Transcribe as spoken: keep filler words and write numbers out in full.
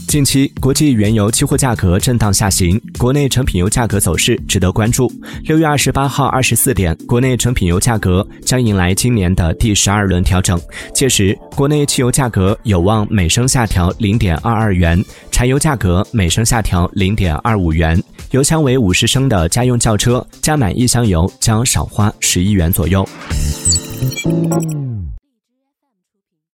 近期，国际原油期货价格震荡下行，国内成品油价格走势值得关注。六月二十八号二十四点，国内成品油价格将迎来今年的第十二轮调整，届时国内汽油价格有望每升下调零点二二元，柴油价格每升下调零点二五元。油箱为五十升的家用轿车加满一箱油将少花十一元左右。